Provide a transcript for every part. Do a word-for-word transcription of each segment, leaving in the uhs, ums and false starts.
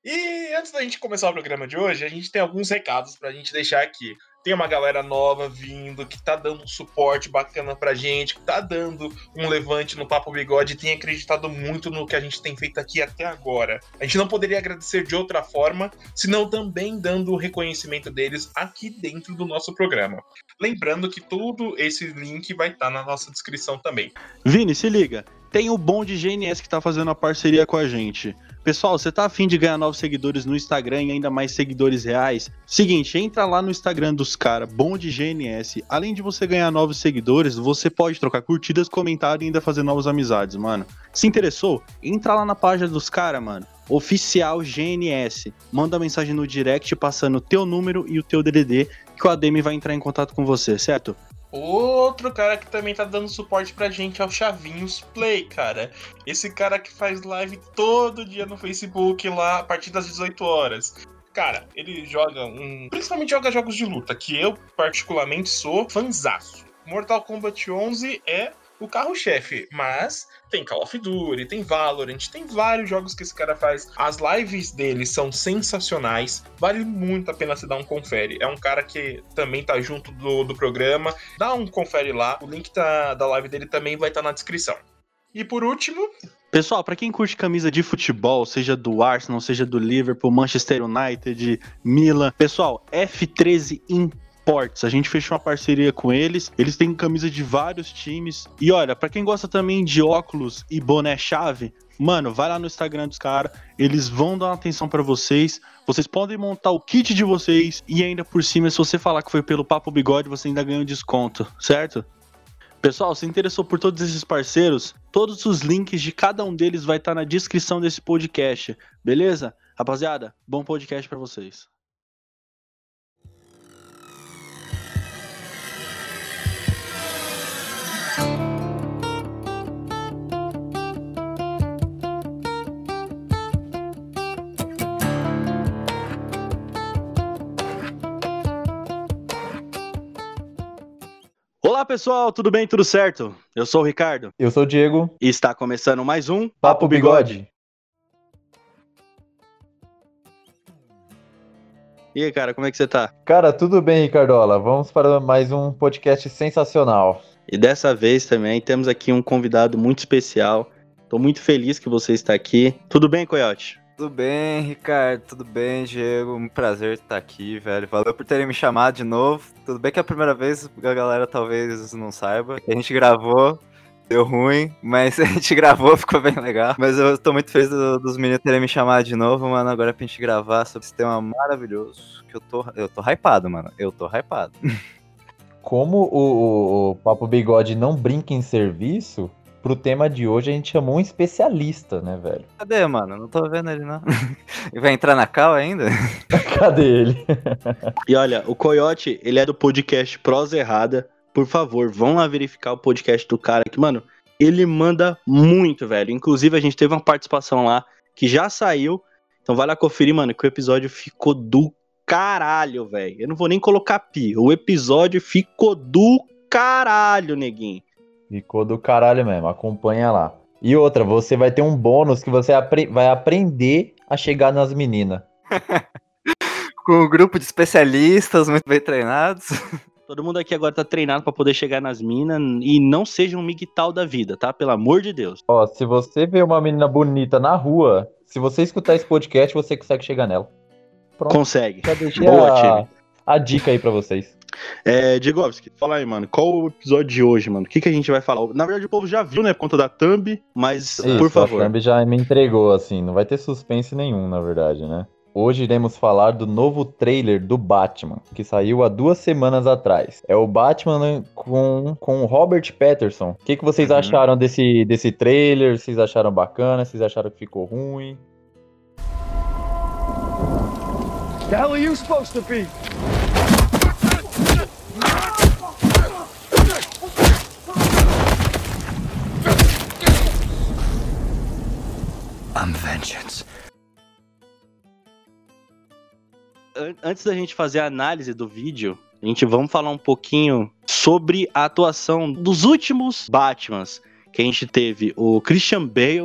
E antes da gente começar o programa de hoje, a gente tem alguns recados pra gente deixar aqui. Tem uma galera nova vindo, que tá dando um suporte bacana pra gente, que tá dando um levante no Papo Bigode e tem acreditado muito no que a gente tem feito aqui até agora. A gente não poderia agradecer de outra forma, senão também dando o reconhecimento deles aqui dentro do nosso programa. Lembrando que todo esse link vai estar na nossa descrição também. Vini, se liga, tem o Bonde G N S que tá fazendo a parceria com a gente. Pessoal, você tá afim de ganhar novos seguidores no Instagram e ainda mais seguidores reais? Seguinte, entra lá no Instagram dos caras, Bonde G N S. Além de você ganhar novos seguidores, você pode trocar curtidas, comentários e ainda fazer novas amizades, mano. Se interessou? Entra lá na página dos caras, mano. Oficial G N S. Manda mensagem no direct passando o teu número e o teu D D D que o A D M vai entrar em contato com você, certo? Outro cara que também tá dando suporte pra gente é o Chavinhos Play, cara. Esse cara que faz live todo dia no Facebook lá a partir das dezoito horas. Cara, ele joga um... principalmente joga jogos de luta, que eu particularmente sou fanzaço. Mortal Kombat onze é o carro-chefe, mas tem Call of Duty, tem Valorant, tem vários jogos que esse cara faz. As lives dele são sensacionais, vale muito a pena você dar um confere. É um cara que também tá junto do, do programa, dá um confere lá, o link tá, da live dele também vai estar tá na descrição. E por último... Pessoal, pra quem curte camisa de futebol, seja do Arsenal, seja do Liverpool, Manchester United, Milan, pessoal, F treze Imports, a gente fechou uma parceria com eles, eles têm camisa de vários times, e olha, pra quem gosta também de óculos e boné-chave, mano, vai lá no Instagram dos caras, eles vão dar uma atenção pra vocês, vocês podem montar o kit de vocês, e ainda por cima, se você falar que foi pelo Papo Bigode, você ainda ganha um desconto, certo? Pessoal, se interessou por todos esses parceiros, todos os links de cada um deles vai estar na descrição desse podcast, beleza? Rapaziada, bom podcast pra vocês. Olá pessoal, tudo bem? Tudo certo? Eu sou o Ricardo. Eu sou o Diego. E está começando mais um Papo Bigode. E aí, cara, como é que você tá? Cara, tudo bem, Ricardola. Vamos para mais um podcast sensacional. E dessa vez também temos aqui um convidado muito especial. Tô muito feliz que você está aqui. Tudo bem, Coyote? Tudo bem, Ricardo, tudo bem, Diego, um prazer estar aqui, velho, valeu por terem me chamado de novo, tudo bem que é a primeira vez, a galera talvez não saiba, a gente gravou, deu ruim, mas a gente gravou, ficou bem legal, mas eu tô muito feliz do, dos meninos terem me chamado de novo, mano, agora é pra gente gravar sobre esse tema maravilhoso, que eu tô, eu tô hypado, mano, eu tô hypado. Como o, o Papo Bigode não brinca em serviço, pro tema de hoje a gente chamou um especialista, né, velho? Cadê, mano? Não tô vendo ele, não. E vai entrar na cal ainda? Cadê ele? E olha, o Coyote, ele é do podcast Prosa Errada. Por favor, vão lá verificar o podcast do cara, que, mano, ele manda muito, velho. Inclusive, a gente teve uma participação lá que já saiu. Então vai lá conferir, mano, que o episódio ficou do caralho, velho. Eu não vou nem colocar pi. O episódio ficou do caralho, neguinho. Ficou do caralho mesmo, acompanha lá. E outra, você vai ter um bônus que você apre- vai aprender a chegar nas meninas. Com um grupo de especialistas muito bem treinados. Todo mundo aqui agora tá treinado pra poder chegar nas minas e não seja um migtal da vida, tá? Pelo amor de Deus. Ó, se você vê uma menina bonita na rua, se você escutar esse podcast, você consegue chegar nela. Pronto. Consegue. Já deixei Boa, a, time. a dica aí pra vocês. É, Diegovski, fala aí, mano, qual o episódio de hoje, mano? O que, que a gente vai falar? Na verdade, o povo já viu, né, por conta da thumb, mas, Isso, por favor. A thumb já me entregou, assim, não vai ter suspense nenhum, na verdade, né? Hoje iremos falar do novo trailer do Batman, que saiu há duas semanas atrás. É o Batman com, com o Robert Pattinson. O que, que vocês Uhum. acharam desse, desse trailer? Vocês acharam bacana? Vocês acharam que ficou ruim? The hell are you supposed to be? I'm vengeance. An- Antes da gente fazer a análise do vídeo, a gente vamos falar um pouquinho sobre a atuação dos últimos Batmans. Que a gente teve o Christian Bale,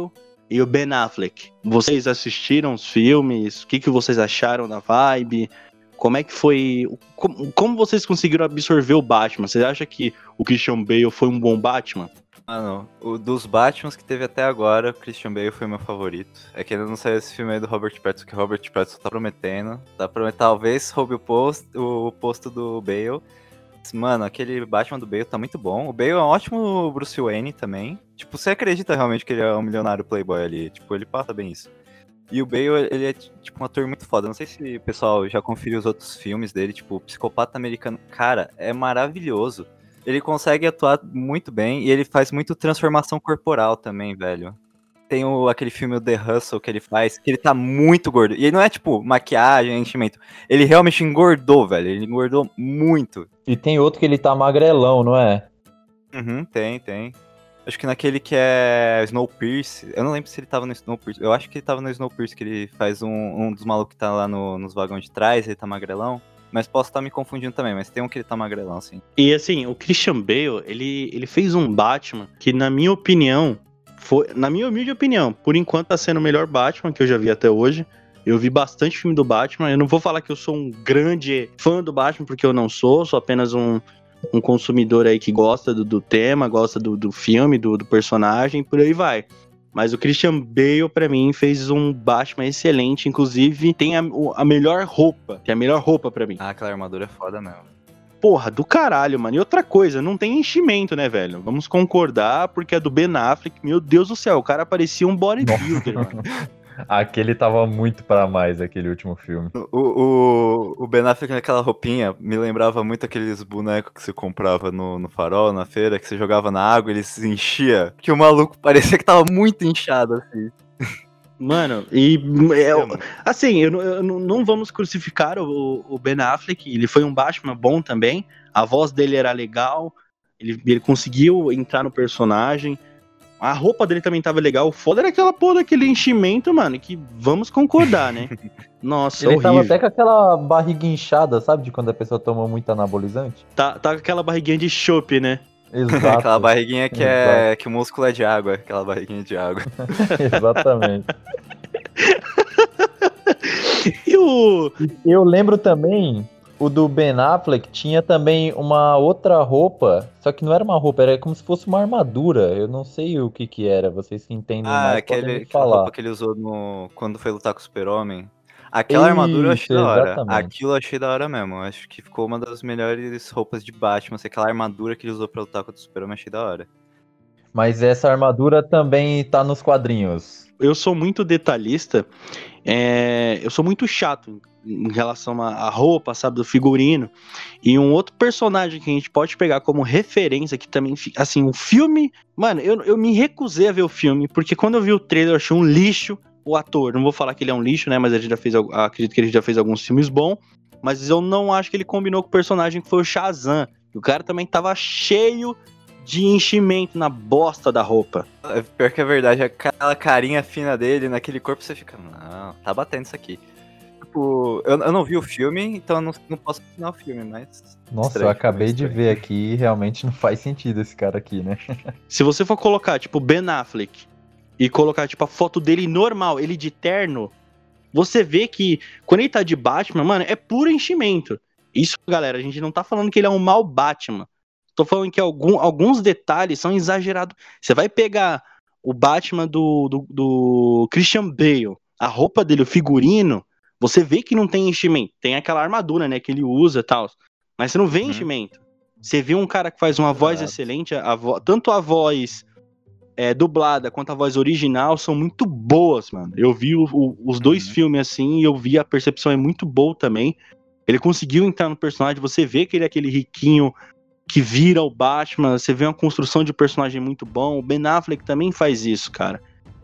e o Ben Affleck. Vocês assistiram os filmes? O que, que vocês acharam da vibe? Como é que foi... Como, como vocês conseguiram absorver o Batman? Vocês acham que o Christian Bale foi um bom Batman? Mano, o dos Batmans que teve até agora, o Christian Bale foi meu favorito. É que ainda não saiu esse filme aí do Robert Pattinson, que o Robert Pattinson tá prometendo. Tá prometendo, talvez roube o posto, o posto do Bale. Mano, aquele Batman do Bale tá muito bom. O Bale é um ótimo Bruce Wayne também. Tipo, você acredita realmente que ele é um milionário playboy ali? Tipo, ele passa bem isso. E o Bale, ele é tipo um ator muito foda. Não sei se o pessoal já conferiu os outros filmes dele, tipo, o Psicopata Americano. Cara, é maravilhoso. Ele consegue atuar muito bem e ele faz muito transformação corporal também, velho. Tem o, aquele filme o The Hustle que ele faz, que ele tá muito gordo. E ele não é tipo maquiagem, enchimento. Ele realmente engordou, velho. Ele engordou muito. E tem outro que ele tá magrelão, não é? Uhum, tem, tem. Acho que naquele que é Snowpiercer. Eu não lembro se ele tava no Snowpiercer. Eu acho que ele tava no Snowpiercer, que ele faz um, um dos malucos que tá lá no, nos vagões de trás, ele tá magrelão. Mas posso estar me confundindo também, mas tem um que ele tá magrelão, assim. E assim, o Christian Bale, ele, ele fez um Batman que, na minha opinião, foi, na minha humilde opinião, por enquanto tá sendo o melhor Batman que eu já vi até hoje. Eu vi bastante filme do Batman. Eu não vou falar que eu sou um grande fã do Batman, porque eu não sou, sou apenas um, um consumidor aí que gosta do, do tema, gosta do, do filme, do, do personagem, por aí vai. Mas o Christian Bale, pra mim, fez um Batman excelente. Inclusive, tem a, a melhor roupa. Tem a melhor roupa pra mim. Ah, aquela armadura é foda mesmo. Porra, do caralho, mano. E outra coisa, não tem enchimento, né, velho? Vamos concordar, porque a do Ben Affleck, meu Deus do céu, o cara parecia um bodybuilder, mano. Aquele tava muito pra mais, aquele último filme. O, o, o Ben Affleck naquela roupinha me lembrava muito aqueles bonecos que você comprava no, no farol, na feira, que você jogava na água e ele se enchia. Que o maluco parecia que tava muito inchado, assim. Mano, e é, assim, eu, eu, não vamos crucificar o, o Ben Affleck, ele foi um Batman bom também, a voz dele era legal, ele, ele conseguiu entrar no personagem, a roupa dele também tava legal, o foda era aquela porra daquele enchimento, mano, que vamos concordar, né? Nossa, ele horrível. tava até com aquela barriga inchada, sabe, de quando a pessoa toma muito anabolizante? Tá, tá com aquela barriguinha de chope, né? Exato. Aquela barriguinha que, é, que o músculo é de água, aquela barriguinha de água. Exatamente. E o... Eu lembro também, o do Ben Affleck tinha também uma outra roupa, só que não era uma roupa, era como se fosse uma armadura. Eu não sei o que que era, vocês que entendem Ah, mais aquele, podem me aquela falar. roupa que ele usou no, quando foi lutar com o Super-Homem. Aquela Isso, armadura eu achei da hora. exatamente. Aquilo eu achei da hora mesmo. Acho que ficou uma das melhores roupas de Batman. Assim, aquela armadura que ele usou pra lutar contra o Super-Homem, achei da hora. Mas essa armadura também tá nos quadrinhos. Eu sou muito detalhista, é, eu sou muito chato em relação à roupa, sabe, do figurino. E um outro personagem que a gente pode pegar como referência, que também, assim, o filme... Mano, eu, eu me recusei a ver o filme, porque quando eu vi o trailer eu achei um lixo o ator. Não vou falar que ele é um lixo, né, mas ele já fez, acredito que ele já fez alguns filmes bons, mas eu não acho que ele combinou com o personagem que foi o Shazam. O cara também tava cheio de enchimento na bosta da roupa. É, pior que é verdade, aquela carinha fina dele naquele corpo, você fica, não, tá batendo isso aqui. Tipo, eu, eu não vi o filme, então eu não, não posso opinar o filme, mas... Nossa, estranho, eu acabei estranho. de ver aqui e realmente não faz sentido esse cara aqui, né? Se você for colocar, tipo, Ben Affleck e colocar, tipo, a foto dele normal, ele de terno, você vê que quando ele tá de Batman, mano, é puro enchimento. Isso, galera, a gente não tá falando que ele é um mau Batman. Tô falando que algum, alguns detalhes são exagerados. Você vai pegar o Batman do, do, do Christian Bale, a roupa dele, o figurino, você vê que não tem enchimento. Tem aquela armadura, né, que ele usa e tal. Mas você não vê Uhum. enchimento. Você vê um cara que faz uma voz Exato. excelente, a vo... tanto a voz é, dublada quanto a voz original são muito boas, mano. Eu vi o, o, os dois Uhum. filmes assim e eu vi a percepção é muito boa também. Ele conseguiu entrar no personagem, você vê que ele é aquele riquinho que vira o Batman, você vê uma construção de personagem muito bom. O Ben Affleck também faz isso, cara.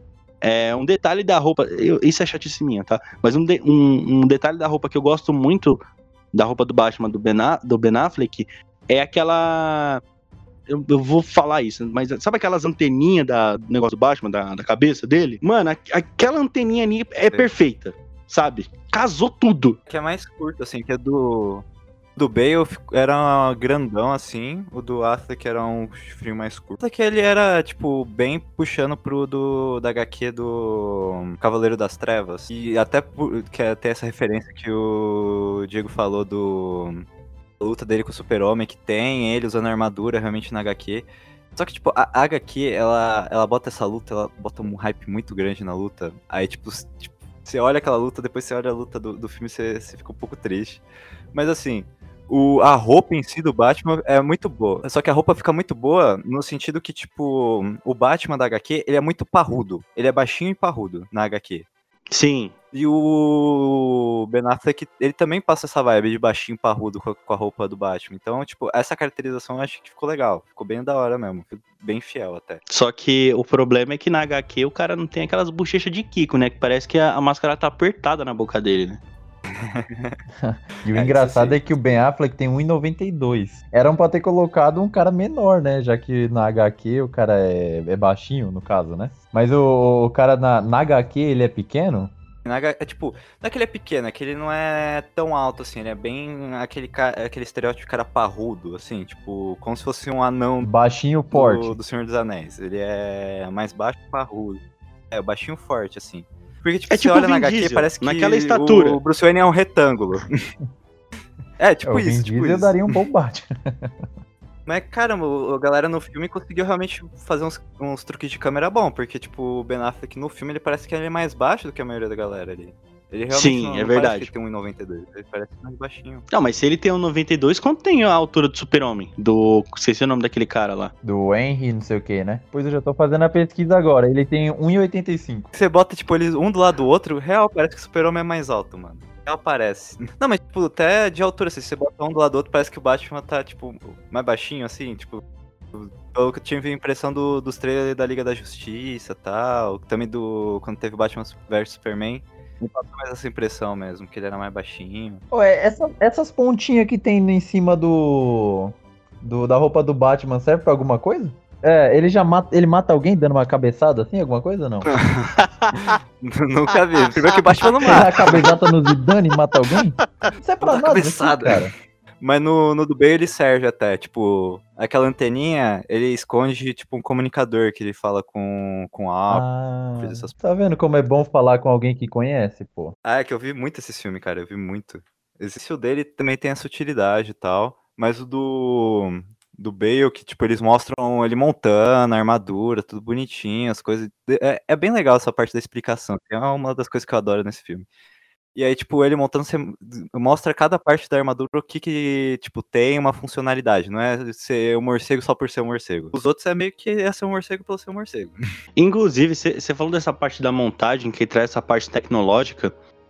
É, um detalhe da roupa, eu, isso é chatice minha, tá? Mas um, de, um, um detalhe da roupa que eu gosto muito da roupa do Batman do Ben, do Ben Affleck é aquela... Eu, eu vou falar isso, mas sabe aquelas anteninhas da, do negócio do Batman, da, da cabeça dele? Mano, a, aquela anteninha ali é Sim. perfeita, sabe? Casou tudo. Que é mais curto, assim, que é do... do Bale era grandão assim, o do Affleck era um chifrinho mais curto. Só que ele era, tipo, bem puxando pro do, da agá quê do Cavaleiro das Trevas. E até por, que até essa referência que o Diego falou do a luta dele com o Super-Homem, que tem ele usando armadura realmente na agá quê. Só que, tipo, a agá quê, ela, ela bota essa luta, ela bota um hype muito grande na luta. Aí, tipo, tipo você olha aquela luta, depois você olha a luta do, do filme, você, você fica um pouco triste. Mas, assim, o, a roupa em si do Batman é muito boa. Só que a roupa fica muito boa no sentido que, tipo, o Batman da agá quê, ele é muito parrudo. Ele é baixinho e parrudo na agá quê. Sim. E o Ben Affleck, ele também passa essa vibe de baixinho parrudo com a, com a roupa do Batman. Então, tipo, essa caracterização eu acho que ficou legal. Ficou bem da hora mesmo. Bem fiel até. Só que o problema é que na agá quê o cara não tem aquelas bochechas de Kiko, né? Que parece que a, a máscara tá apertada na boca dele, né? E o É, engraçado isso é que o Ben Affleck tem um e noventa e dois. Eram pra ter colocado um cara menor, né? Já que na agá quê o cara é, é baixinho, no caso, né? Mas o, o cara na, na agá quê, ele é pequeno? É tipo, não é que ele é pequeno, é que ele não é tão alto assim, ele é bem aquele, cara, aquele estereótipo de cara parrudo, assim, tipo, como se fosse um anão Baixinho, forte. do, do Senhor dos Anéis. Ele é mais baixo e parrudo. É, baixinho forte, assim. Porque, tipo, É você tipo olha o na Vin agá quê, Diesel, parece que naquela estatura. o Bruce Wayne é um retângulo. É, tipo É, o isso, Vin tipo Diesel isso. daria um bom Batman. Mas, caramba, a galera no filme conseguiu realmente fazer uns, uns truques de câmera bom, porque, tipo, o Ben Affleck no filme, ele parece que ele é mais baixo do que a maioria da galera ali. Ele realmente Sim, não, é não verdade. parece que ele tem um e noventa e dois, ele parece mais baixinho. Não, mas se ele tem um noventa e dois, quanto tem a altura do Super-Homem? Do. Sei se é o nome daquele cara lá. Do Henry, não sei o que, né? Pois eu já tô fazendo a pesquisa agora. Ele tem um e oitenta e cinco. Você bota, tipo, eles um do lado do outro, real, parece que o Super-Homem é mais alto, mano. Real parece. Não, mas, tipo, até de altura, assim, se você bota um do lado do outro, parece que o Batman tá, tipo, mais baixinho, assim, tipo... Pelo que eu tive a impressão do, dos trailers da Liga da Justiça e tal, também do... Quando teve o Batman versus Superman, me passou mais essa impressão mesmo, que ele era mais baixinho. Ué, essa- essas pontinhas que tem em cima do, do da roupa do Batman serve pra alguma coisa? É, ele já mata, ele mata alguém dando uma cabeçada assim, alguma coisa ou não? Nunca vi. Primeiro que o Batman não Ele dá mata. a cabeçada no Zidane e mata alguém? Isso é pra Dá nada, cabeçada. assim, cara. Mas no, no do Bale ele serve até, tipo, aquela anteninha, ele esconde, tipo, um comunicador que ele fala com, com áudio. Ah, fez essas- tá vendo como é bom falar com alguém que conhece, pô? Ah, é que eu vi muito esse filme, cara, eu vi muito. Esse o dele também tem a sutilidade e tal, mas o do, do Bale, que, tipo, eles mostram ele montando a armadura, tudo bonitinho, as coisas... É, é bem legal essa parte da explicação, que é uma das coisas que eu adoro nesse filme. E aí, tipo, ele montando, você mostra cada parte da armadura o que que, tipo, tem uma funcionalidade. Não é ser um morcego só por ser um morcego. Os outros é meio que é ser um morcego pelo ser um morcego. Inclusive, você falou dessa parte da montagem, que traz essa parte tecnológica.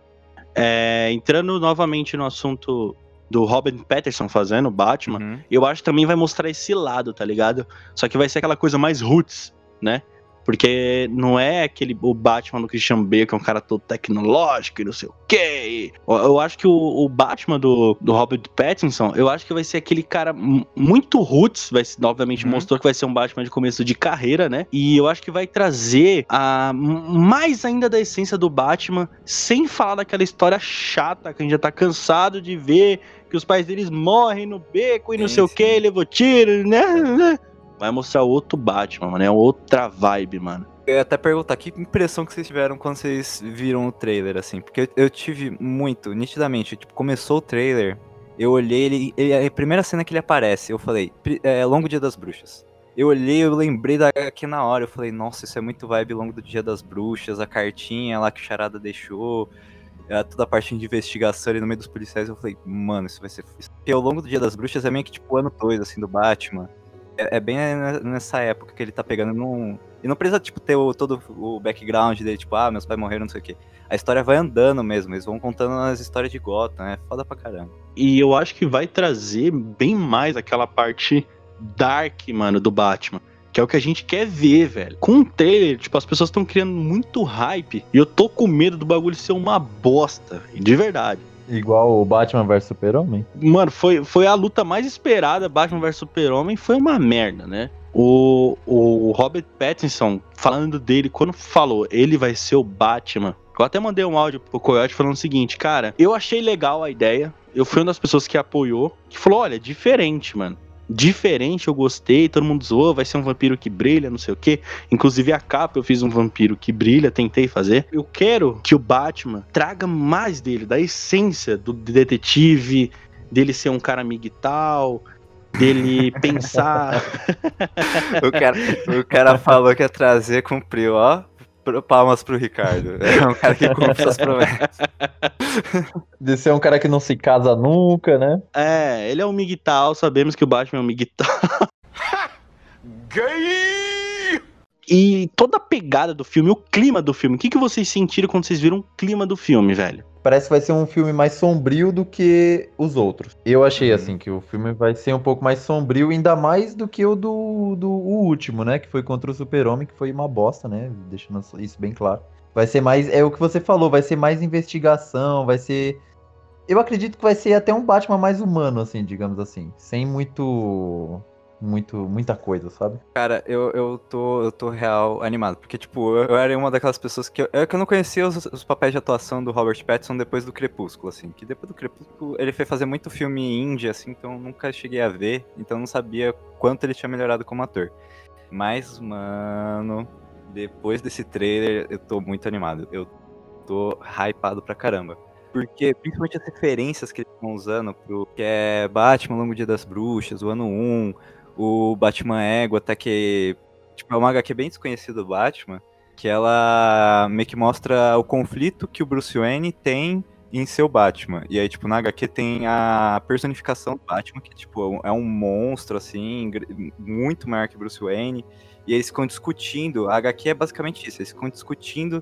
É, entrando novamente no assunto do Robert Pattinson fazendo o Batman, Uhum. eu acho que também vai mostrar esse lado, tá ligado? Só que vai ser aquela coisa mais roots, né? Porque não é aquele o Batman do Christian Bale, que é um cara todo tecnológico e não sei o quê. Eu, eu acho que o, o Batman do, do Robert Pattinson, eu acho que vai ser aquele cara m- muito roots, vai, ser- obviamente Uhum. mostrou que vai ser um Batman de começo de carreira, né? E eu acho que vai trazer a, m- mais ainda da essência do Batman, sem falar daquela história chata que a gente já tá cansado de ver, que os pais deles morrem no beco e não Sim, sei o sim. quê, levou tiro, né? Vai mostrar outro Batman, mano. É outra vibe, mano. Eu ia até perguntar, que impressão que vocês tiveram quando vocês viram o trailer, assim? Porque eu, eu tive muito, nitidamente, tipo, começou o trailer, eu olhei, ele, ele- a primeira cena que ele aparece, eu falei, pri- é, Longo Dia das Bruxas. Eu olhei, eu lembrei da aqui na hora, eu falei, nossa, isso é muito vibe Longo do Dia das Bruxas, a cartinha lá que o Charada deixou, é, toda a parte de investigação ali no meio dos policiais, eu falei, mano, isso vai ser... Isso. Porque ao Longo do Dia das Bruxas é meio que tipo o ano dois, assim, do Batman. É, é bem nessa época que ele tá pegando num... E não precisa, tipo, ter o, todo o background dele, tipo, ah, meus pais morreram, não sei o quê. A história vai andando mesmo, eles vão contando as histórias de Gotham, é foda pra caramba. E eu acho que vai trazer bem mais aquela parte dark, mano, do Batman. Que é o que a gente quer ver, velho. Com o trailer, tipo, as pessoas estão criando muito hype. E eu tô com medo do bagulho ser uma bosta. De verdade. Igual o Batman versus Super-Homem? Mano, foi, foi a luta mais esperada, Batman versus Super-Homem, foi uma merda, né? O, o Robert Pattinson, falando dele, quando falou, ele vai ser o Batman, Eu até mandei um áudio pro Coyote falando o seguinte, cara, eu achei legal a ideia, eu fui uma das pessoas que apoiou, que falou, olha, diferente, mano. Diferente, eu gostei, todo mundo zoou, vai ser um vampiro que brilha, não sei o quê. Inclusive a capa eu fiz um vampiro que brilha, tentei fazer. Eu quero que o Batman traga mais dele, da essência do detetive, dele ser um cara migtal, dele pensar... o, cara, o cara falou que ia trazer, cumpriu, ó. Palmas pro Ricardo. É um cara que cumpre suas promessas. De ser um cara que não se casa nunca, né? É, ele é um migtal, sabemos que o Batman é um migtal. Gay! E toda a pegada do filme, o clima do filme, o que, que vocês sentiram quando vocês viram o clima do filme, velho? Parece que vai ser um filme mais sombrio do que os outros. Eu achei, assim, que o filme vai ser um pouco mais sombrio, ainda mais do que o do, do o último, né? Que foi contra o Super-Homem, que foi uma bosta, né? Deixando isso bem claro. Vai ser mais, é o que você falou, vai ser mais investigação, vai ser... Eu acredito que vai ser até um Batman mais humano, assim, digamos assim. Sem muito... muito muita coisa, sabe? Cara, eu, eu, tô, eu tô real animado, porque, tipo, eu, eu era uma daquelas pessoas que eu, eu, que eu não conhecia os, os papéis de atuação do Robert Pattinson depois do Crepúsculo, assim, que depois do Crepúsculo ele foi fazer muito filme indie, assim, então eu nunca cheguei a ver, então eu não sabia quanto ele tinha melhorado como ator. Mas, mano, depois desse trailer eu tô muito animado, eu tô hypado pra caramba. Porque, principalmente as referências que eles estão usando, pro, que é Batman, Longo Dia das Bruxas, o ano um, o Batman Ego, até que, tipo, é uma agá quê bem desconhecida do Batman, que ela meio que mostra o conflito que o Bruce Wayne tem em seu Batman. E aí, tipo, na agá quê tem a personificação do Batman, que, tipo, é um monstro, assim, muito maior que Bruce Wayne, e eles ficam discutindo, a agá quê é basicamente isso, eles ficam discutindo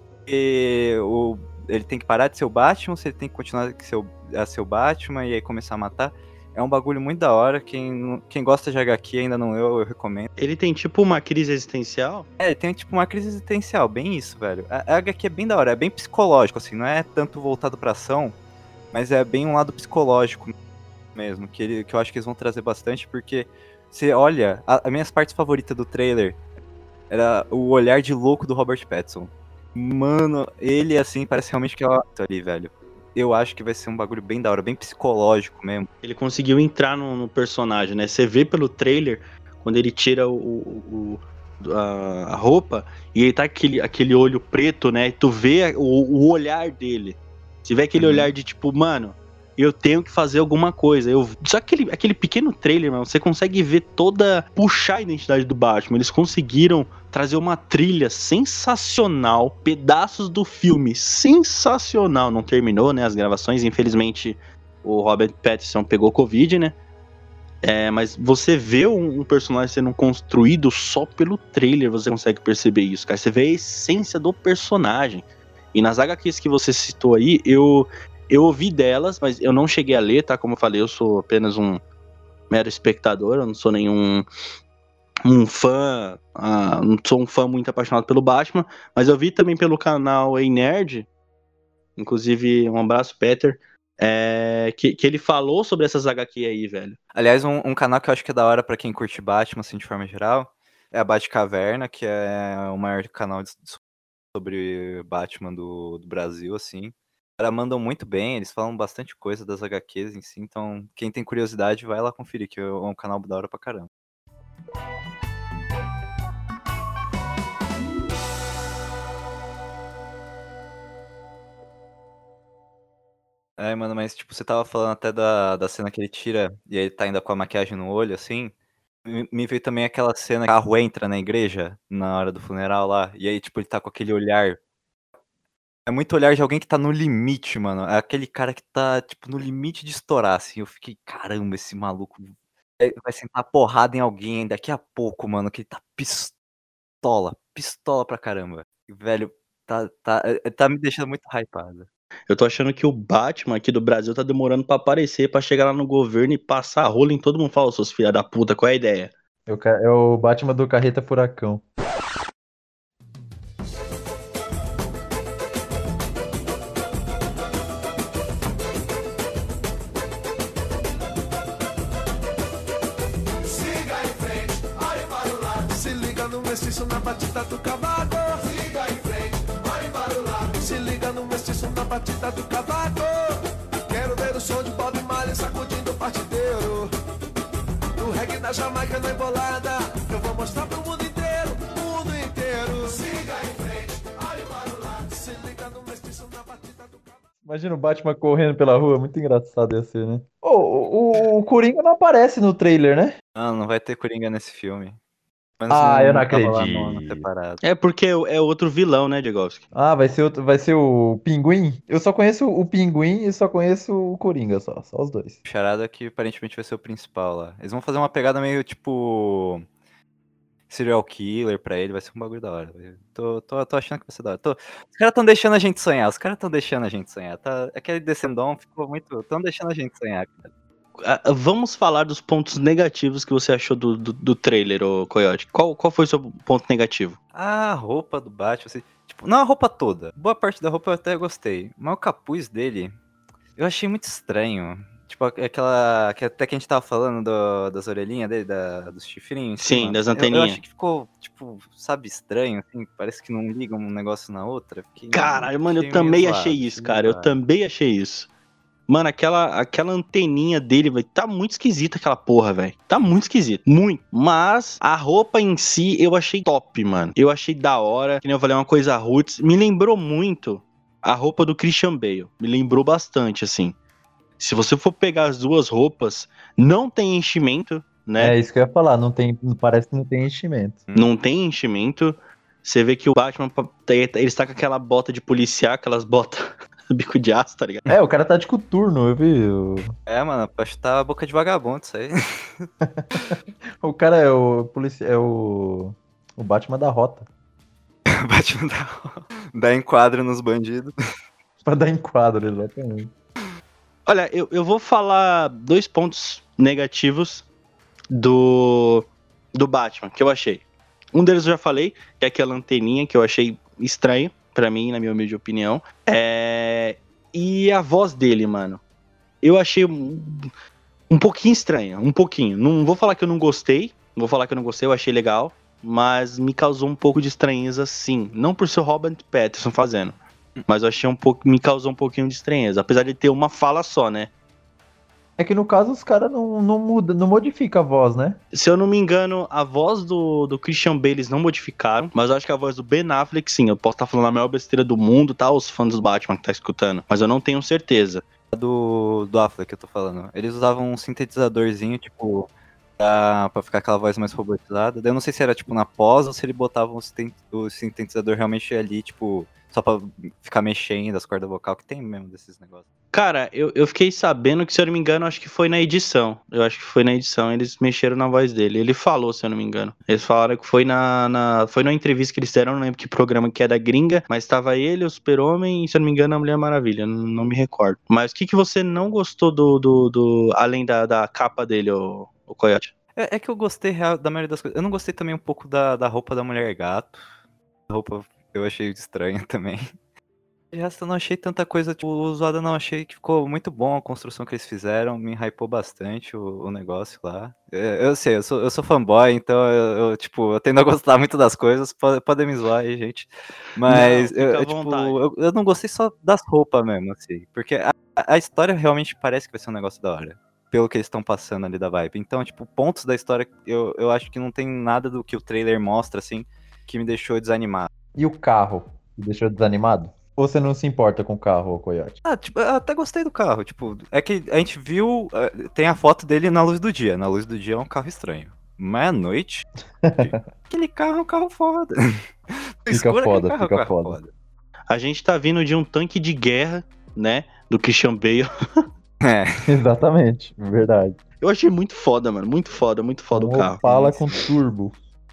que o, ele tem que parar de ser o Batman, se ele tem que continuar a ser o, a ser o Batman, e aí começar a matar. É um bagulho muito da hora, quem, quem gosta de agá quê ainda não leu, eu recomendo. Ele tem tipo uma crise existencial? É, ele tem tipo uma crise existencial, bem isso, velho. A, a agá quê é bem da hora, é bem psicológico, assim, não é tanto voltado pra ação, mas é bem um lado psicológico mesmo, que, ele, que eu acho que eles vão trazer bastante, porque você olha, a, a minhas partes favoritas do trailer era o olhar de louco do Robert Pattinson. Mano, ele assim, parece realmente que é ali, velho. Eu acho que vai ser um bagulho bem da hora, bem psicológico mesmo. Ele conseguiu entrar no, no personagem, né? Você vê pelo trailer, quando ele tira o, o, o, a, a roupa, e ele tá aquele, aquele olho preto, né? E tu vê o, o olhar dele. Você vê aquele uhum. olhar de tipo, mano, eu tenho que fazer alguma coisa. Eu... Só aquele, aquele pequeno trailer, mano, você consegue ver toda... Puxar a identidade do Batman. Eles conseguiram trazer uma trilha sensacional, pedaços do filme sensacional. Não terminou, né, as gravações. Infelizmente, o Robert Pattinson pegou Covid, né? É, mas você vê um, um personagem sendo construído só pelo trailer, você consegue perceber isso, cara. Você vê a essência do personagem. E nas agá quês que você citou aí, eu... Eu ouvi delas, mas eu não cheguei a ler, tá? Como eu falei, eu sou apenas um mero espectador, eu não sou nenhum um fã, uh, não sou um fã muito apaixonado pelo Batman, mas eu vi também pelo canal Ei Nerd, inclusive um abraço, Peter, é, que, que ele falou sobre essas agá quê aí, velho. Aliás, um, um canal que eu acho que é da hora pra quem curte Batman, assim, de forma geral, é a Batcaverna, que é o maior canal de, sobre Batman do, do Brasil, assim. Os caras mandam muito bem, eles falam bastante coisa das agá quês em si, então quem tem curiosidade vai lá conferir, que é um canal da hora pra caramba. É, mano, mas tipo, você tava falando até da, da cena que ele tira e ele tá ainda com a maquiagem no olho, assim. Me, me veio também aquela cena que o carro entra na igreja na hora do funeral lá, e aí, tipo, ele tá com aquele olhar. É muito olhar de alguém que tá no limite, mano. É aquele cara que tá, tipo, no limite de estourar, assim. Eu fiquei, caramba, esse maluco vai sentar porrada em alguém daqui a pouco, mano. Que ele tá pistola, pistola pra caramba. Velho, tá, tá, tá me deixando muito hypado. Eu tô achando que o Batman aqui do Brasil tá demorando pra aparecer, pra chegar lá no governo e passar a rola em todo mundo. Fala, seus filha da puta, qual é a ideia? É o Batman do Carreta Furacão. Na batida do cavaco, siga em frente, vai para o lado. Se liga cavaco. Quero ver o som de Bob Marley sacudindo o partideiro. No reggae da Jamaica na embolada, eu vou mostrar pro mundo inteiro, mundo inteiro. Siga em frente, olhe para o lado, se liga no mestiço na batida do cabo. Imagina o Batman correndo pela rua, muito engraçado ia ser, né? Ô, o, o Coringa não aparece no trailer, né? Não, não vai ter Coringa nesse filme. Mas Ah, eu não tava lá acredito. no- no separado. É porque é outro vilão, né, Diegovski? Ah, vai ser, outro, vai ser o Pinguim? Eu só conheço o Pinguim e só conheço o Coringa, só. Só os dois. O Charada que aparentemente vai ser o principal lá. Eles vão fazer uma pegada meio tipo. Serial killer pra ele, vai ser um bagulho da hora. Tô, tô, tô achando que vai ser da hora. Tô- Os caras tão deixando a gente sonhar, os caras tão deixando a gente sonhar. Tá... Aquele Descendão ficou muito. Tão deixando a gente sonhar, cara. Ah, vamos falar dos pontos negativos que você achou do, do, do trailer, ô Coyote. Qual, qual foi o seu ponto negativo? A roupa do Batman, assim, tipo, não a roupa toda. Boa parte da roupa eu até gostei. Mas o capuz dele, eu achei muito estranho. Tipo, aquela. Que até que a gente tava falando do- das orelhinhas dele, da- dos chifrinhos. em Sim, cima. das Eu- Eu, anteninhas. achei que ficou, tipo, sabe, estranho, assim. Parece que não liga um negócio na outra. Fiquei- Caralho, mano, eu fiquei meio também zoado, achei isso, meio cara. Eu zoado. também achei isso. Mano, aquela, aquela anteninha dele, velho, tá muito esquisita aquela porra, velho. Tá muito esquisito, muito. Mas a roupa em si eu achei top, mano. Eu achei da hora, que nem eu falei, uma coisa roots. Me lembrou muito a roupa do Christian Bale. Me lembrou bastante, assim. Se você for pegar as duas roupas, não tem enchimento, né? É isso que eu ia falar, não tem, parece que não tem enchimento. Não tem enchimento. Você vê que o Batman, ele está com aquela bota de policial, aquelas botas bico de aço, tá ligado? É, o cara tá de coturno, eu vi. O, É, mano, pra chutar a boca de vagabundo isso aí. o cara é o policial, é o o Batman da rota. Batman dá, dá enquadro nos bandidos. Pra dar enquadro, exatamente. Olha, eu, eu vou falar dois pontos negativos do, do Batman, que eu achei. Um deles eu já falei, que é aquela anteninha que eu achei estranho, pra mim, na minha humilde opinião. É, e a voz dele, mano. Eu achei um, um pouquinho estranha, um pouquinho. Não vou falar que eu não gostei, não vou falar que eu não gostei, eu achei legal, mas me causou um pouco de estranheza, sim. Não por ser o Robert Pattinson fazendo, mas eu achei um pouco, me causou um pouquinho de estranheza, apesar de ter uma fala só, né? É que no caso os caras não, não muda, não modifica a voz, né? Se eu não me engano, a voz do, do Christian Bale eles não modificaram, mas eu acho que a voz do Ben Affleck, sim, eu posso estar falando a maior besteira do mundo, tá? Os fãs do Batman que tá escutando, mas eu não tenho certeza. Do, do Affleck que eu tô falando. Eles usavam um sintetizadorzinho, tipo, pra, pra ficar aquela voz mais robotizada. Daí eu não sei se era, tipo, na pós ou se ele botava o, sintet- o sintetizador realmente ali, tipo, só pra ficar mexendo as cordas vocal, que tem mesmo desses negócios. Cara, eu, eu fiquei sabendo que, se eu não me engano, acho que foi na edição. Eu acho que foi na edição, eles mexeram na voz dele. Ele falou, se eu não me engano. Eles falaram que foi na, na foi numa entrevista que eles deram, não lembro que programa que é da gringa, mas tava ele, o Super-Homem e, se eu não me engano, a Mulher Maravilha. Não, não me recordo. Mas o que, que você não gostou do, do, do além da, da capa dele, o, o Coyote? É, é que eu gostei real, da maioria das coisas. Eu não gostei também um pouco da, da roupa da mulher gato. A roupa eu achei estranha também. De resto, eu não achei tanta coisa, tipo, zoada, não. Achei que ficou muito bom a construção que eles fizeram. Me hypou bastante o, o negócio lá. É, eu sei, eu sou, eu sou fanboy, então eu, eu, tipo, eu tendo a gostar muito das coisas. Pode, podem me zoar aí, gente. Mas Não, eu, fica à eu, tipo, vontade. eu, eu não gostei só das roupas mesmo, assim. Porque a, a história realmente parece que vai ser um negócio da hora. Pelo que eles estão passando ali da vibe. Então, tipo, pontos da história, eu, eu acho que não tem nada do que o trailer mostra, assim, que me deixou desanimado. E o carro? Te deixou desanimado? Ou você não se importa com o carro, ô Coyote? Ah, tipo, eu até gostei do carro, tipo, é que a gente viu, eh, tem a foto dele na luz do dia, na luz do dia é um carro estranho, mas à noite, aquele carro é um carro foda. No Fica escuro, aquele foda, carro é um fica carro foda. A gente tá vindo de um tanque de guerra, né? Do Christian Bale. É, Exatamente, verdade. Eu achei muito foda, mano. Muito foda, muito foda Um o carro. Opala com turbo.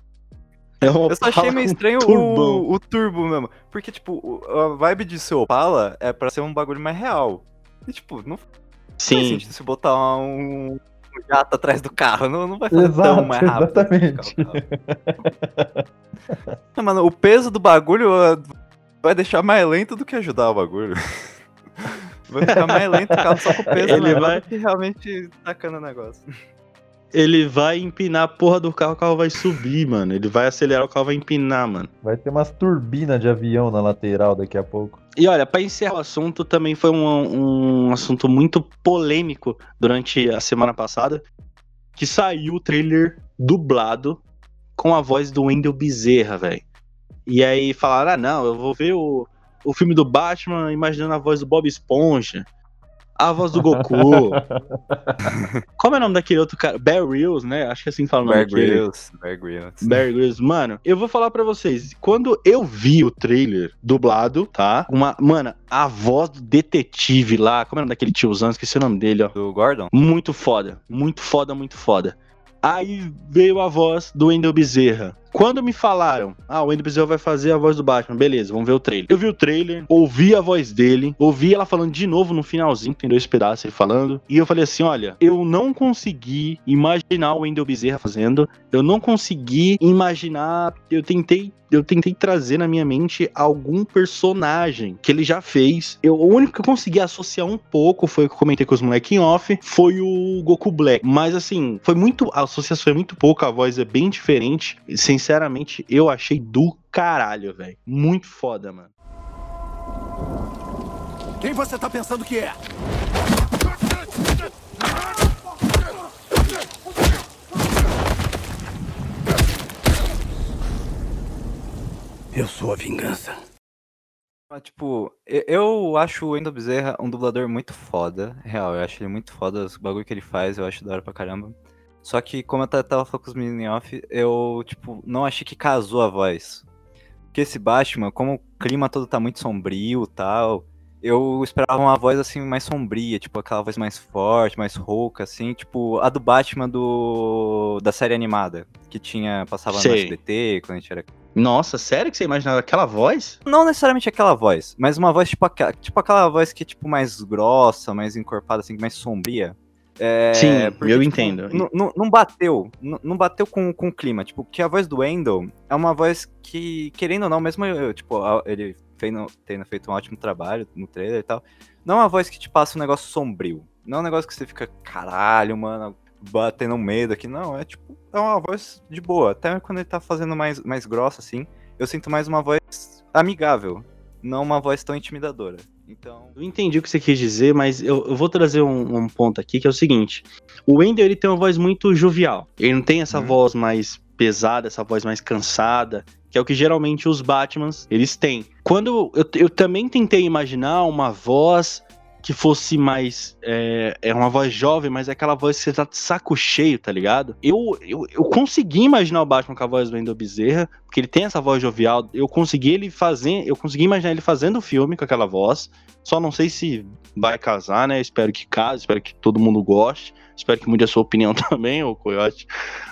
É um eu só achei Opala meio com estranho turbão. o, o turbo mesmo, porque, tipo, o- a vibe de ser Opala é pra ser um bagulho mais real, e, tipo, não faz Sim. sentido se botar um, um jato atrás do carro, não, não vai fazer tão Exato, mais rápido. exatamente. ficar o carro. Não, mano, o peso do bagulho uh, vai deixar mais lento do que ajudar o bagulho. Vai ficar mais lento o carro só com o peso Ele menor vai- do que realmente tacando o negócio. ele vai empinar a porra do carro, o carro vai subir, mano. Ele vai acelerar, o carro vai empinar, mano. Vai ter umas turbinas de avião na lateral daqui a pouco. E olha, pra encerrar o assunto, também foi um, um assunto muito polêmico durante a semana passada, que saiu o trailer dublado com a voz do Wendell Bezerra, velho. E aí falaram, ah não, eu vou ver o, o filme do Batman imaginando a voz do Bob Esponja, a voz do Goku. Como é o nome daquele outro cara? Bear Grylls, né? Acho que é assim que fala o nome Bear daquele. Grylls, Bear Grylls. Bear Grylls. Mano, eu vou falar pra vocês. Quando eu vi o trailer dublado, tá? Uma, mano, a voz do detetive lá, como é o nome daquele tiozão? Esqueci o nome dele, ó. Do Gordon? Muito foda. Muito foda, muito foda. Aí veio a voz do Wendell Bezerra. Quando me falaram, ah, o Wendell Bezerra vai fazer a voz do Batman, beleza, vamos ver o trailer. Eu vi o trailer, ouvi a voz dele, ouvi ela falando de novo no finalzinho, tem dois pedaços ele falando, e eu falei assim, olha, eu não consegui imaginar o Wendell Bezerra fazendo, eu não consegui imaginar, eu tentei, eu tentei trazer na minha mente algum personagem que ele já fez. Eu, o único que eu consegui associar um pouco, foi o que eu comentei com os moleques em off, foi o Goku Black. Mas assim, foi muito, a associação é muito pouca, a voz é bem diferente, sinceramente, eu achei do caralho, velho. Muito foda, mano. Quem você tá pensando que é? Eu sou a vingança. Mas, tipo, eu- eu acho o Wendell Bezerra um dublador muito foda. Real, eu acho ele muito foda. Os bagulho que ele faz, eu acho da hora pra caramba. Só que, como eu ta- tava falando com os meninos em off, eu, tipo, não achei que casou a voz. Porque esse Batman, como o clima todo tá muito sombrio e tal, eu esperava uma voz, assim, mais sombria. Tipo, aquela voz mais forte, mais rouca, assim. Tipo, a do Batman do da série animada, que tinha, passava no Sei. S B T, quando a gente era... Nossa, sério que você imaginava aquela voz? Não necessariamente aquela voz, mas uma voz tipo aquela, tipo aquela voz que é tipo mais grossa, mais encorpada, assim, mais sombria. É, Sim, porque, eu tipo, entendo. Não, não- não bateu, não, não bateu com, com o clima. Tipo, que a voz do Wendell é uma voz que, querendo ou não, mesmo eu, tipo, a- ele tendo, tendo feito um ótimo trabalho no trailer e tal, não é uma voz que te passa um negócio sombrio. Não é um negócio que você fica, caralho, mano, batendo medo aqui. Não, é tipo, é uma voz de boa. Até quando ele tá fazendo mais, mais grossa, assim, eu sinto mais uma voz amigável, não uma voz tão intimidadora. Então, Eu entendi o que você quis dizer, mas eu, eu vou trazer um, um ponto aqui, que é o seguinte. O Wendell, ele tem uma voz muito jovial. Ele não tem essa Hum. voz mais pesada, essa voz mais cansada, que é o que geralmente os Batmans, eles têm. Quando eu, eu também tentei imaginar uma voz que fosse mais, é, é uma voz jovem, mas é aquela voz que você tá de saco cheio, tá ligado? Eu, eu, eu consegui imaginar o Batman com a voz do Wendell Bezerra, porque ele tem essa voz jovial, eu consegui ele fazer, eu consegui imaginar ele fazendo o filme com aquela voz, só não sei se vai casar, né? Espero que case, espero que todo mundo goste, espero que mude a sua opinião também, ô Coyote.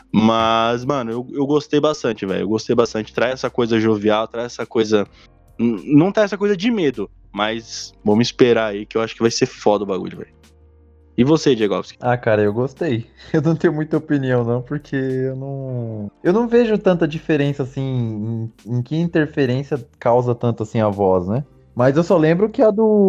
Mas, mano, eu, eu gostei bastante, velho, eu gostei bastante, traz essa coisa jovial, traz essa coisa... n- Não traz essa coisa de medo, mas vamos esperar aí que eu acho que vai ser foda o bagulho, velho. E você, Diegovski? Ah, cara, eu gostei. Eu não tenho muita opinião, não, porque eu não. Eu não vejo tanta diferença assim. Em, em que interferência causa tanto assim a voz, né? Mas eu só lembro que a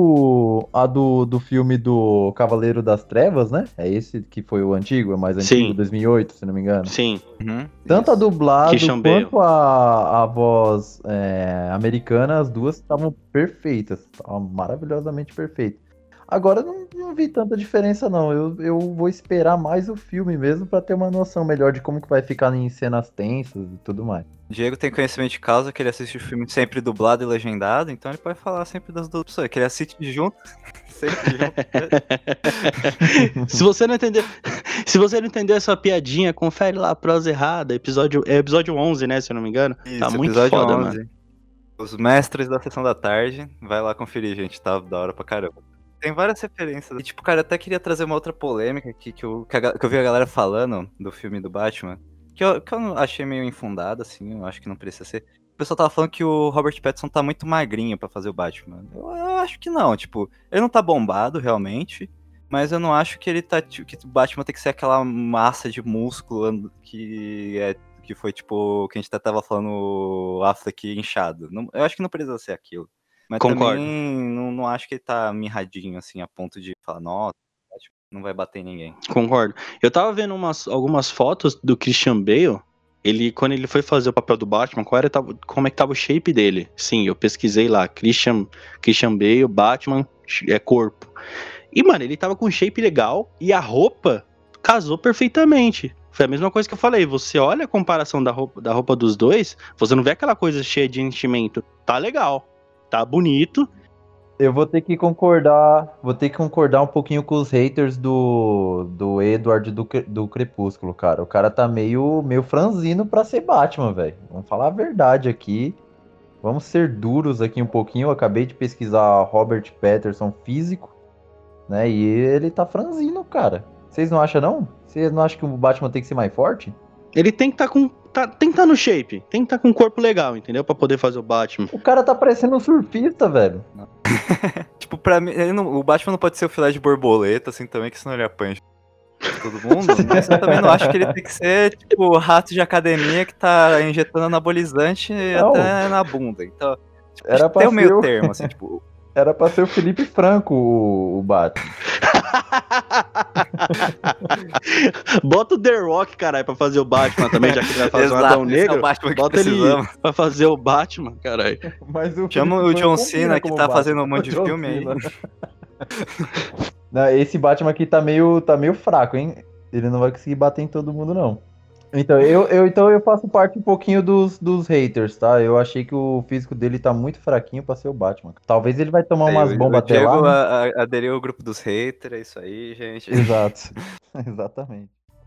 do. A do, do filme do Cavaleiro das Trevas, né? É esse que foi o antigo, é mais antigo, Sim. dois mil e oito, se não me engano. Sim, uhum, Tanto a isso. dublado Christian Bale. quanto a, a voz é, americana, as duas estavam perfeitas. Estavam maravilhosamente perfeitas. Agora eu não, não vi tanta diferença, não. Eu, eu vou esperar mais o filme mesmo pra ter uma noção melhor de como que vai ficar em cenas tensas e tudo mais. O Diego tem conhecimento de causa, que ele assiste o filme sempre dublado e legendado, então ele pode falar sempre das duas pessoas, que ele assiste junto, sempre junto. se você não entender, se você não entendeu essa piadinha, confere lá a prosa errada, episódio, é episódio onze, né, se eu não me engano. Isso, Tá muito episódio foda, onze. mano. Os mestres da sessão da tarde, vai lá conferir, gente, tá da hora pra caramba. Tem várias referências. E, tipo, cara, eu até queria trazer uma outra polêmica aqui que eu, que, a ga- que eu vi a galera falando do filme do Batman, que eu, que eu não achei meio infundada, assim, eu acho que não precisa ser. O pessoal tava falando que o Robert Pattinson tá muito magrinho pra fazer o Batman. Eu, eu acho que não, tipo, ele não tá bombado, realmente, mas eu não acho que ele tá, tipo, que o Batman tem que ser aquela massa de músculo and- que é que foi, tipo, que a gente até tava falando o Affleck inchado. Não- eu acho que não precisa ser aquilo. Mas Concordo. também não, não acho que ele tá mirradinho, assim, a ponto de falar, nossa. não vai bater em ninguém. Concordo. Eu tava vendo umas, algumas fotos do Christian Bale. Ele, quando ele foi fazer o papel do Batman, qual era, tava, como é que tava o shape dele? Sim, eu pesquisei lá. Christian, Christian Bale, Batman, é corpo. E, mano, ele tava com um shape legal e a roupa casou perfeitamente. Foi a mesma coisa que eu falei. Você olha a comparação da roupa, da roupa dos dois, você não vê aquela coisa cheia de enchimento. Tá legal, tá bonito. Eu vou ter que concordar, vou ter que concordar um pouquinho com os haters do, do Edward do, do Crepúsculo, cara. O cara tá meio, meio franzino pra ser Batman, velho. Vamos falar a verdade aqui. Vamos ser duros aqui um pouquinho. Eu acabei de pesquisar Robert Pattinson físico, né? E ele tá franzino, cara. Vocês não acham, não? Vocês não acham que o Batman tem que ser mais forte? Ele tem que tá com... Tá, tem que estar tá no shape, tem que estar tá com um corpo legal, entendeu? Pra poder fazer o Batman. O cara tá parecendo um surfista, velho. Tipo, pra mim, ele não, o Batman não pode ser o filé de borboleta, assim, também, que senão ele apanha todo mundo. Mas eu também não acho que ele tem que ser, tipo, o rato de academia que tá injetando anabolizante não. até na bunda. Então, tipo, era pra tem o meio o... termo, assim, tipo... Era pra ser o Felipe Franco, o, o Batman. Bota o The Rock, caralho, pra fazer o Batman também, já que ele vai fazer Exato, um Adão Negro. É o Batman que bota precisamos. ele pra fazer o Batman, caralho. Chama o John Cena, que tá Batman. fazendo um monte de filme aí. Não, esse Batman aqui tá meio, tá meio fraco, hein? Ele não vai conseguir bater em todo mundo, não. Então eu, eu, então eu faço parte um pouquinho dos, dos haters, tá? Eu achei que o físico dele tá muito fraquinho pra ser o Batman. Talvez ele vai tomar umas é, bombas até lá. O Diego né? aderiu ao grupo dos haters, é isso aí, gente. Exato. Exatamente.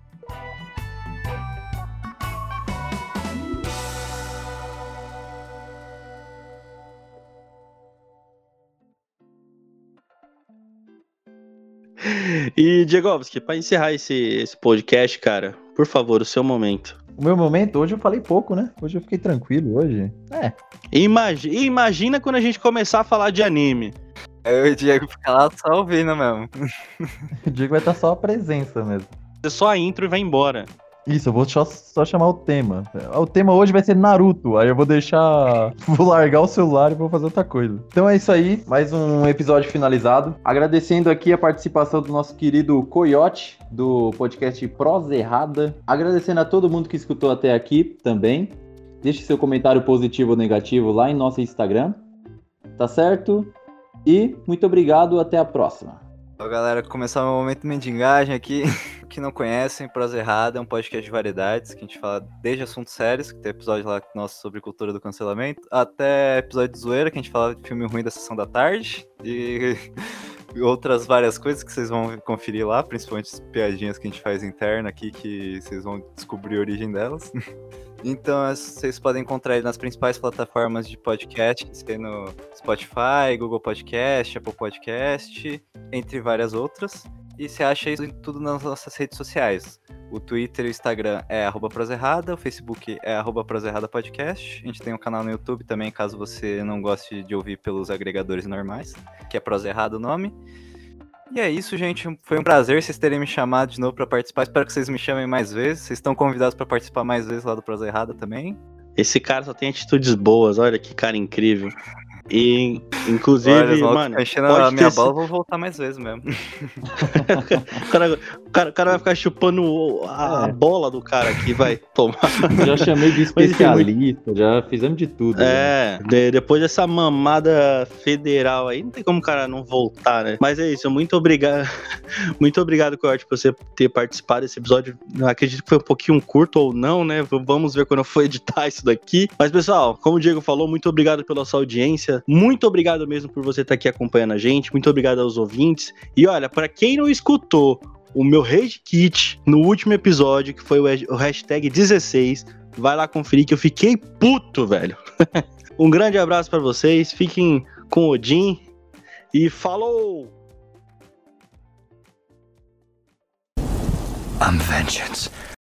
E, Diegovski, pra encerrar esse, esse podcast, cara, por favor, o seu momento. O meu momento? Hoje eu falei pouco, né? Hoje eu fiquei tranquilo, hoje. É. Imagina, imagina quando a gente começar a falar de anime. Aí o Diego fica lá só ouvindo mesmo. O Diego vai estar só a presença mesmo. Só a intro e vai embora. Isso, eu vou só, só chamar o tema. O tema hoje vai ser Naruto. Aí eu vou deixar... Vou largar o celular e vou fazer outra coisa. Então é isso aí. Mais um episódio finalizado. Agradecendo aqui a participação do nosso querido Coyote, do podcast Prosa Errada. Agradecendo a todo mundo que escutou até aqui também. Deixe seu comentário positivo ou negativo lá em nosso Instagram. Tá certo? E muito obrigado. Até a próxima. Então, galera, começar o momento de mendigagem aqui. Que não conhecem, Prosa Errada é um podcast de variedades que a gente fala desde assuntos sérios, que tem episódio lá nosso sobre cultura do cancelamento, até episódio de zoeira, que a gente fala de filme ruim da sessão da tarde, e outras várias coisas que vocês vão conferir lá, principalmente as piadinhas que a gente faz interna aqui, que vocês vão descobrir a origem delas. Então, vocês podem encontrar ele nas principais plataformas de podcast, no Spotify, Google Podcast, Apple Podcast, entre várias outras. E você acha isso tudo nas nossas redes sociais. O Twitter e o Instagram é arroba proserrada, o Facebook é arroba proserrada podcast. A gente tem um canal no YouTube também, caso você não goste de ouvir pelos agregadores normais, que é Proserrada o nome. E é isso, gente. Foi um prazer vocês terem me chamado de novo para participar. Espero que vocês me chamem mais vezes. Vocês estão convidados para participar mais vezes lá do Prosa Errada também. Esse cara só tem atitudes boas. Olha que cara incrível. E, inclusive, Olha, mano... enchendo a minha bola, vou voltar mais vezes mesmo. o, cara, o, cara, o cara vai ficar chupando a, é. a bola do cara aqui, vai tomar. Já chamei de especialista, já fizemos de tudo. É, né? de, depois dessa mamada federal aí, não tem como o cara não voltar, né? Mas é isso, muito obrigado. Muito obrigado, Coyote, por você ter participado desse episódio. Eu acredito que foi um pouquinho curto ou não, né? Vamos ver quando eu for editar isso daqui. Mas, pessoal, como o Diego falou, muito obrigado pela sua audiência. Muito obrigado mesmo por você estar aqui acompanhando a gente. Muito obrigado aos ouvintes. E olha, para quem não escutou o meu Rage Kit no último episódio, que foi o hashtag dezesseis, vai lá conferir que eu fiquei puto, velho. Um grande abraço para vocês. Fiquem com o Odin. E falou! I'm vengeance.